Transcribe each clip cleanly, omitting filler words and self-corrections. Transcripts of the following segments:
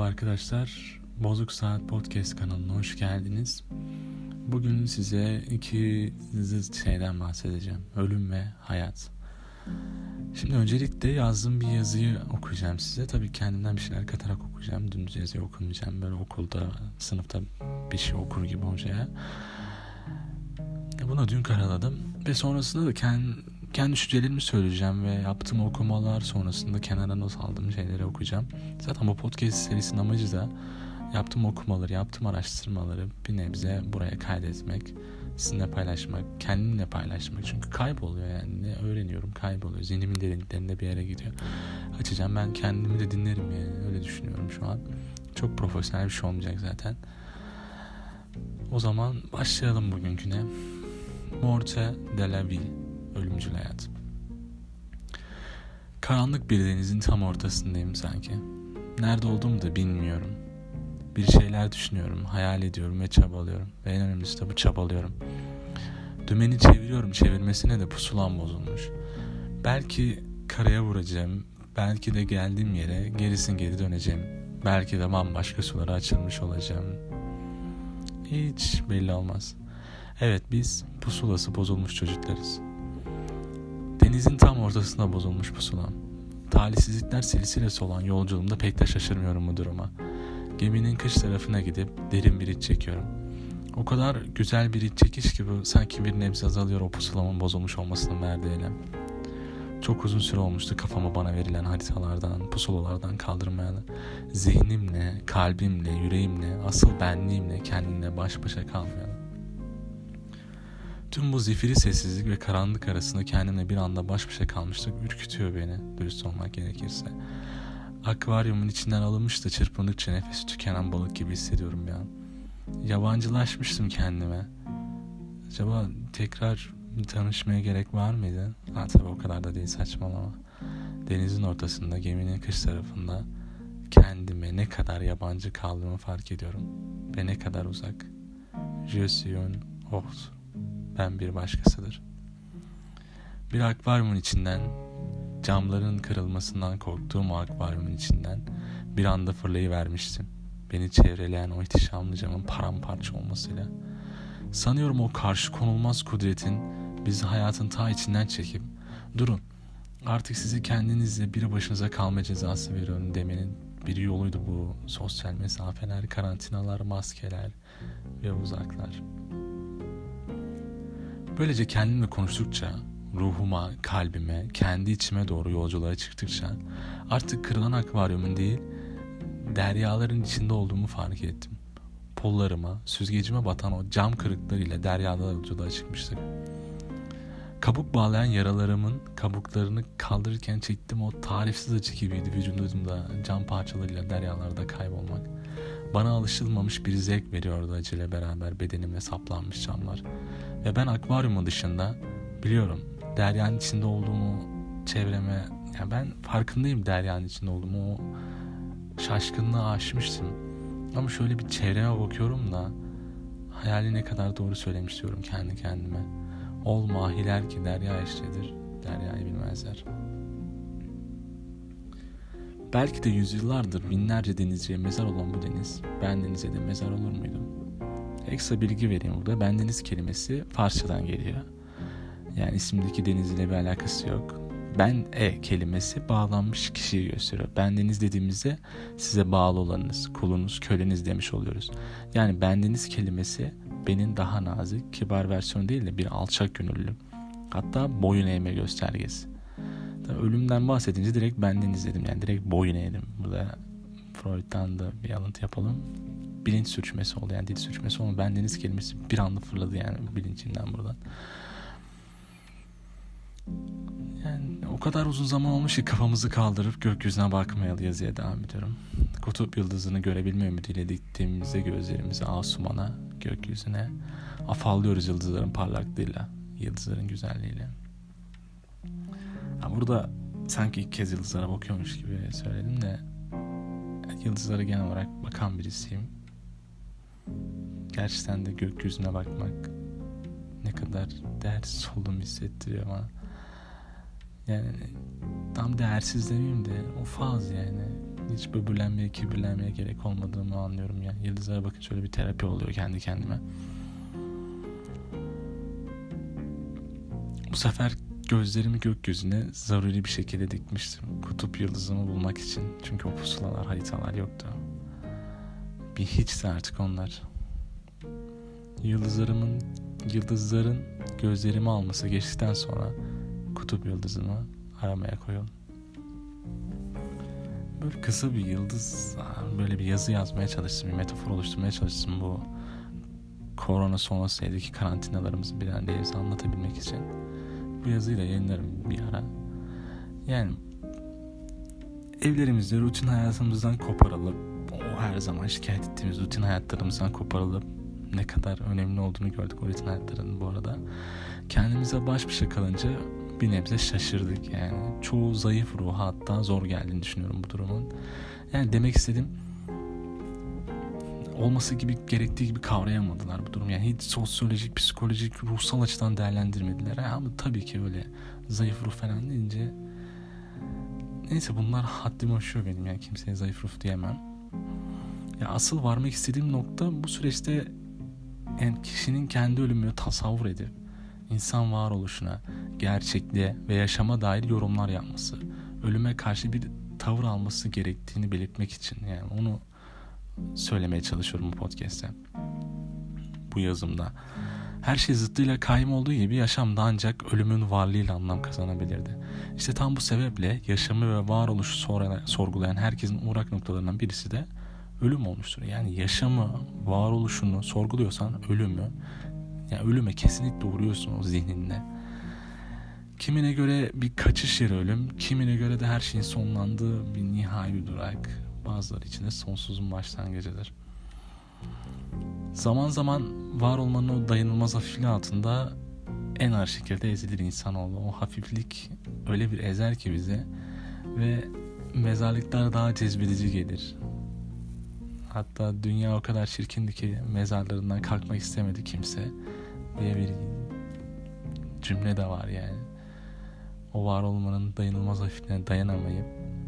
Arkadaşlar, Bozuk Saat Podcast kanalına hoş geldiniz. Bugün size iki şeyden bahsedeceğim. Ölüm ve hayat. Şimdi öncelikle yazdığım bir yazıyı okuyacağım size. Tabii kendimden bir şeyler katarak okuyacağım. Dümdüz yazıyı okumayacağım. Böyle okulda, sınıfta bir şey okur gibi hocaya. Buna dün karaladım. Ve sonrasında da kendi düşüncelerimi söyleyeceğim ve yaptığım okumalar sonrasında kenara not aldığım şeyleri okuyacağım. Zaten bu podcast serisinin amacı da yaptığım okumaları, yaptığım araştırmaları bir nebze buraya kaydetmek, sizinle paylaşmak, kendimle paylaşmak. Çünkü kayboluyor yani. Ne öğreniyorum, kayboluyor. Zihnimin derinliklerinde bir yere gidiyor. Açacağım, ben kendimi de dinlerim yani. Öyle düşünüyorum şu an. Çok profesyonel bir şey olmayacak zaten. O zaman başlayalım bugünküne. Morte de la vie. Ölümcül hayat. Karanlık bir denizin tam ortasındayım sanki. Nerede olduğumu da bilmiyorum. Bir şeyler düşünüyorum, hayal ediyorum ve çabalıyorum. Ve en önemlisi de bu çabalıyorum. Dümeni çeviriyorum, çevirmesine de pusulam bozulmuş. Belki karaya vuracağım, belki de geldiğim yere geri döneceğim. Belki de bambaşka sulara açılmış olacağım. Hiç belli olmaz. Evet, biz pusulası bozulmuş çocuklarız. Denizin tam ortasında bozulmuş pusulam. Talihsizlikler silsilesi olan yolculuğumda pek de şaşırmıyorum bu duruma. Geminin kış tarafına gidip derin bir iç çekiyorum. O kadar güzel bir iç çekiş ki bu sanki bir nebze azalıyor o pusulamın bozulmuş olmasının verdiği elem. Çok uzun süre olmuştu kafama bana verilen haritalardan, pusulalardan kaldırmayalı. Zihnimle, kalbimle, yüreğimle, asıl benliğimle kendimle baş başa kalmayalım. Tüm bu zifiri sessizlik ve karanlık arasında kendimle bir anda baş başa kalmıştık ürkütüyor beni, dürüst olmak gerekirse. Akvaryumun içinden alınmış da çırpındıkça nefesi tükenen balık gibi hissediyorum bir an. Yabancılaşmıştım kendime. Acaba tekrar tanışmaya gerek var mıydı? Tabii o kadar da değil, saçmalama. Denizin ortasında, geminin kış tarafında kendime ne kadar yabancı kaldığımı fark ediyorum. Ve ne kadar uzak. Je suis un autre. Ben bir başkasıdır. Bir akvaryumun içinden, camların kırılmasından korktuğum o akvaryumun içinden bir anda fırlayıvermiştim. Beni çevreleyen o ihtişamlı camın paramparça olmasıyla. Sanıyorum o karşı konulmaz kudretin bizi hayatın ta içinden çekip durun artık sizi kendinizle bir başınıza kalma cezası veriyorum demenin bir yoluydu bu sosyal mesafeler, karantinalar, maskeler ve uzaklar. Böylece kendimle konuştukça, ruhuma, kalbime, kendi içime doğru yolculuğa çıktıkça artık kırılan akvaryumun değil, deryaların içinde olduğumu fark ettim. Pollarıma, süzgecime batan o cam kırıklarıyla deryada yolculuğa çıkmıştık. Kabuk bağlayan yaralarımın kabuklarını kaldırırken çektiğim o tarifsiz acı gibiydi vücudumda cam parçalarıyla deryalarda kaybolmak. Bana alışılmamış bir zevk veriyordu acıyla beraber bedenime saplanmış camlar. Ve ben akvaryumun dışında biliyorum deryanın içinde olduğumu çevreme, yani ben farkındayım deryanın içinde olduğumu, o şaşkınlığa aşmıştım. Ama şöyle bir çevreme bakıyorum da hayali ne kadar doğru söylemiş diyorum kendi kendime. Ol mahiler ki derya eşlidir, deryayı bilmezler. Belki de yüzyıllardır binlerce denizciye mezar olan bu deniz, ben denize de mezar olur muydum? Ekstra bilgi vereyim burada. Bendeniz kelimesi Farsçadan geliyor. Yani isimdeki deniz ile bir alakası yok. Kelimesi bağlanmış kişiyi gösteriyor. Bendeniz dediğimizde size bağlı olanınız, kulunuz, köleniz demiş oluyoruz. Yani bendeniz kelimesi benim daha nazik, kibar versiyonu değil de bir alçak gönüllü. Hatta boyun eğme göstergesi. Tabii ölümden bahsedince direkt bendeniz dedim. Yani direkt boyun eğdim. Burada Freud'dan da bir alıntı yapalım. Bilinç sürçmesi oldu, yani dil sürçmesi oldu. Bendeniz kelimesi bir anda fırladı yani bilincimden buradan. Yani o kadar uzun zaman olmuş ki kafamızı kaldırıp gökyüzüne bakmayalı yazıya devam ediyorum. Kutup yıldızını görebilme ümidiyle diktiğimizde gözlerimizi asumana, gökyüzüne afallıyoruz yıldızların parlaklığıyla, yıldızların güzelliğiyle. Ya burada sanki ilk kez yıldızlara bakıyormuş gibi söyledim de yıldızlara genel olarak bakan birisiyim. Gerçekten de gökyüzüne bakmak ne kadar değersiz olduğumu hissettiriyor bana. Yani tam değersiz demeyeyim de o faz yani. Hiç böbürlenmeye, kibirlenmeye gerek olmadığını anlıyorum ya. Yıldızlara bakın, şöyle bir terapi oluyor kendi kendime. Bu sefer gözlerimi gökyüzüne zaruri bir şekilde dikmiştim. Kutup yıldızımı bulmak için. Çünkü o pusulalar, haritalar yoktu. Bir hiçti artık onlar. Yıldızların gözlerimi alması geçtikten sonra kutup yıldızımı aramaya koyalım. Böyle kısa bir yıldız, böyle bir yazı yazmaya çalıştım, bir metafor oluşturmaya çalıştım bu korona sonrası evdeki karantinalarımızı bir an önce anlatabilmek için. Bu yazıyı da yayınlarım bir ara. Yani evlerimizde rutin hayatımızdan koparılıp, o her zaman şikayet ettiğimiz rutin hayatlarımızdan koparılıp ne kadar önemli olduğunu gördük o rutin hayatlarının bu arada. Kendimize baş başa kalınca bir nebze şaşırdık yani. Çoğu zayıf ruha hatta zor geldiğini düşünüyorum bu durumun. Yani demek istedim, olması gibi gerektiği gibi kavrayamadılar bu durum. Yani hiç sosyolojik, psikolojik, ruhsal açıdan değerlendirmediler. Ama tabii ki öyle zayıf ruh falan deyince, neyse bunlar haddimi aşıyor benim, yani kimseye zayıf ruh diyemem. Ya asıl varmak istediğim nokta bu süreçte, yani kişinin kendi ölümünü tasavvur edip insan varoluşuna, gerçekliğe ve yaşama dair yorumlar yapması, ölüme karşı bir tavır alması gerektiğini belirtmek için, yani onu söylemeye çalışıyorum bu podcast'te, bu yazımda. Her şey zıttıyla kaim olduğu gibi yaşam da ancak ölümün varlığıyla anlam kazanabilirdi. İşte tam bu sebeple yaşamı ve varoluşu sorgulayan herkesin uğrak noktalarından birisi de ölüm olmuştur. Yani yaşamı, varoluşunu sorguluyorsan ölümü, yani ölüme kesinlikle uğruyorsun o zihninde. Kimine göre bir kaçış yeri ölüm, kimine göre de her şeyin sonlandığı bir nihai bir durak. Bazıları için de sonsuzun başlangıcıdır. Zaman zaman var olmanın o dayanılmaz hafifliği altında en ağır şekilde ezilir insanoğlu. O hafiflik öyle bir ezer ki bize ve mezarlıklar daha cezbedici gelir. Hatta dünya o kadar çirkindi ki mezarlarından kalkmak istemedi kimse diye bir cümle de var yani. O var olmanın dayanılmaz hafifliğine dayanamayıp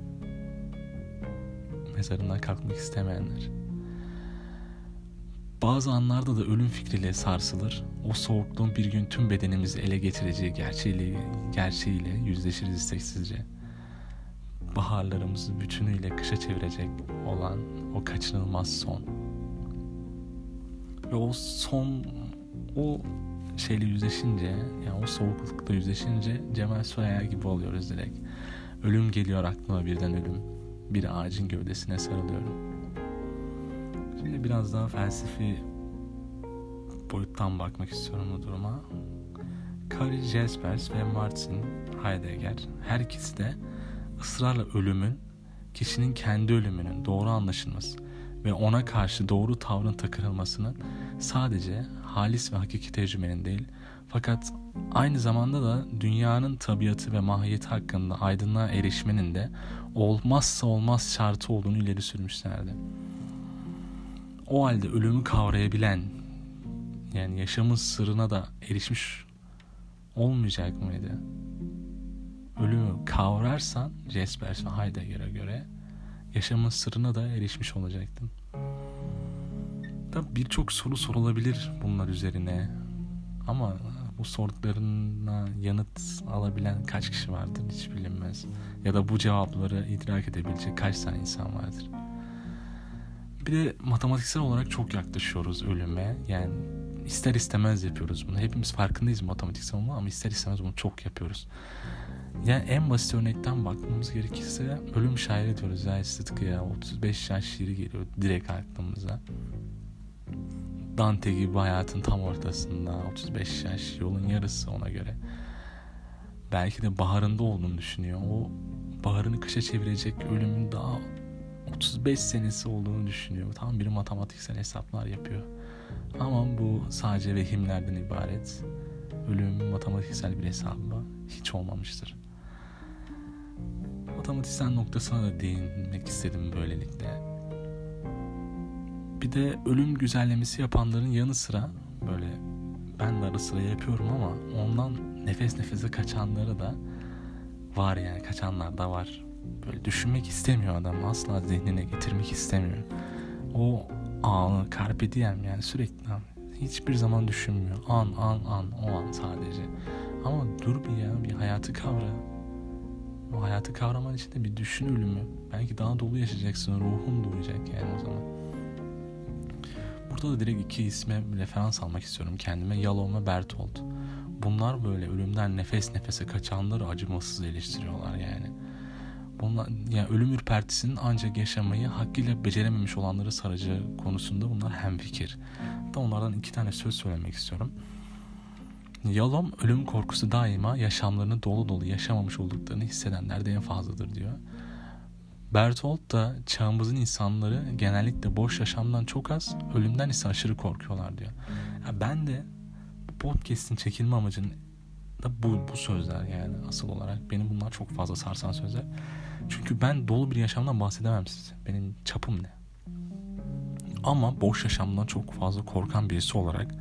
mezarından kalkmak istemeyenler. Bazı anlarda da ölüm fikriyle sarsılır. O soğukluğun bir gün tüm bedenimizi ele getireceği gerçeğiyle yüzleşiriz isteksizce. Baharlarımızı bütünüyle kışa çevirecek olan o kaçınılmaz son. Ve o son, o şeyle yüzleşince, yani o soğuklukla yüzleşince Cemal Süreya gibi oluyoruz direkt. Ölüm geliyor aklıma birden ölüm. Bir ağacın gövdesine sarılıyorum. Şimdi biraz daha felsefi boyuttan bakmak istiyorum bu duruma. Carl Jaspers ve Martin Heidegger her ikisi de ısrarla ölümün, kişinin kendi ölümünün doğru anlaşılması ve ona karşı doğru tavrın takınılmasının sadece halis ve hakiki tecrübenin değil, fakat aynı zamanda da dünyanın tabiatı ve mahiyeti hakkında aydınlığa erişmenin de olmazsa olmaz şartı olduğunu ileri sürmüşlerdi. O halde ölümü kavrayabilen, yani yaşamın sırrına da erişmiş olmayacak mıydı? Ölümü kavrarsan Jaspers ve Heidegger'e göre yaşamın sırrına da erişmiş olacaktın. Tabii birçok soru sorulabilir bunlar üzerine. Ama bu sorduklarına yanıt alabilen kaç kişi vardır hiç bilinmez. Ya da bu cevapları idrak edebilecek kaç tane insan vardır. Bir de matematiksel olarak çok yaklaşıyoruz ölüme. Yani ister istemez yapıyoruz bunu. Hepimiz farkındayız matematiksel olma, ama ister istemez bunu çok yapıyoruz. Yani en basit örnekten bakmamız gerekirse ölüm şairi diyoruz. Zahid Sıtkı'ya 35 yaş şiiri geliyor direkt aklımıza. Dante gibi hayatın tam ortasında 35 yaş, yolun yarısı ona göre. Belki de baharında olduğunu düşünüyor. O baharını kışa çevirecek ölümün daha 35 senesi olduğunu düşünüyor. Tam bir matematiksel hesaplar yapıyor. Ama bu sadece vehimlerden ibaret. Ölüm matematiksel bir hesabı hiç olmamıştır. Matematiksel noktasına da değinmek istedim böylelikle. Bir de ölüm güzellemesi yapanların yanı sıra, böyle ben de ara sıra yapıyorum ama ondan nefes nefese kaçanları da var, yani kaçanlar da var. Böyle düşünmek istemiyor adam. Asla zihnine getirmek istemiyor. O anı, carpe diem, yani sürekli hiçbir zaman düşünmüyor. An o an sadece. Ama dur bir hayatı kavra. O hayatı kavraman için de bir düşün ölümü. Belki daha dolu yaşayacaksın. Ruhun doğacak yani o zaman. Burada da direkt iki isme referans almak istiyorum kendime. Yalom ve Bertolt. Bunlar böyle ölümden nefes nefese kaçanları acımasız eleştiriyorlar yani. Bunlar, yani ölüm ürpertisinin ancak yaşamayı hakkıyla becerememiş olanları saracağı konusunda bunlar hemfikir. Hatta onlardan 2 tane söz söylemek istiyorum. Yalom, ölüm korkusu daima yaşamlarını dolu dolu yaşamamış olduklarını hissedenlerde en fazladır diyor. Bertolt da çağımızın insanları genellikle boş yaşamdan çok az, ölümden ise aşırı korkuyorlar diyor. Ya ben de bu podcast'in çekilme amacının da bu sözler yani asıl olarak. Benim bunlar çok fazla sarsan sözler. Çünkü ben dolu bir yaşamdan bahsedemem size. Benim çapım ne? Ama boş yaşamdan çok fazla korkan birisi olarak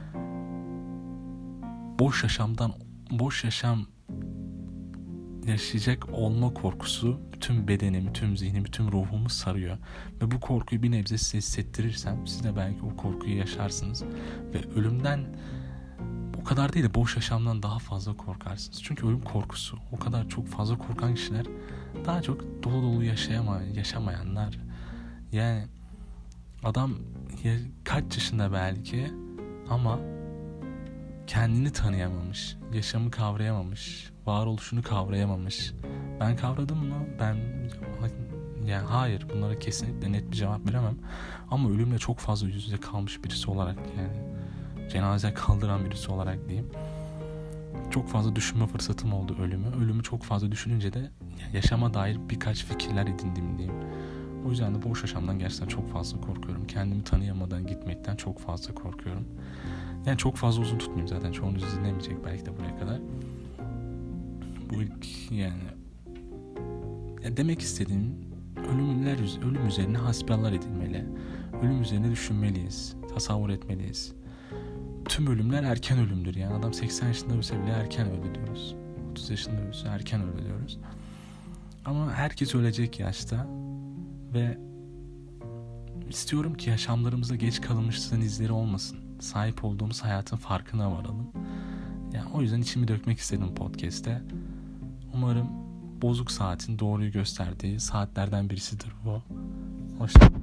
boş yaşam yaşayacak olma korkusu bütün bedenimi, tüm zihnimi, tüm ruhumu sarıyor. Ve bu korkuyu bir nebze size hissettirirsem siz de belki o korkuyu yaşarsınız. Ve ölümden o kadar değil de boş yaşamdan daha fazla korkarsınız. Çünkü ölüm korkusu, o kadar çok fazla korkan kişiler daha çok dolu dolu yaşamayanlar. Yani adam kaç yaşında belki ama kendini tanıyamamış, yaşamı kavrayamamış, varoluşunu kavrayamamış. Ben kavradım mı? Yani hayır, bunlara kesinlikle net bir cevap veremem. Ama ölümle çok fazla yüz yüze kalmış birisi olarak, yani cenaze kaldıran birisi olarak diyeyim, çok fazla düşünme fırsatım oldu ölümü. Ölümü çok fazla düşününce de yaşama dair birkaç fikirler edindim diyeyim. O yüzden de boş yaşamdan gerçekten çok fazla korkuyorum. Kendimi tanıyamadan gitmekten çok fazla korkuyorum. Yani çok fazla uzun tutmayayım, zaten çoğunuz dinlemeyecek belki de buraya kadar. Bu ilk yani demek istediğim, ölüm üzerine hasbihallah edilmeli. Ölüm üzerine düşünmeliyiz, tasavvur etmeliyiz. Tüm ölümler erken ölümdür. Yani adam 80 yaşında ölse bile erken öldü diyoruz. 30 yaşında ölse erken öldü diyoruz. Ama herkes ölecek yaşta ve istiyorum ki yaşamlarımızda geç kalınmışlığın izleri olmasın. Sahip olduğumuz hayatın farkına varalım. Yani o yüzden içimi dökmek istedim podcast'te. Umarım bozuk saatin doğruyu gösterdiği saatlerden birisidir bu. Hoşçakalın.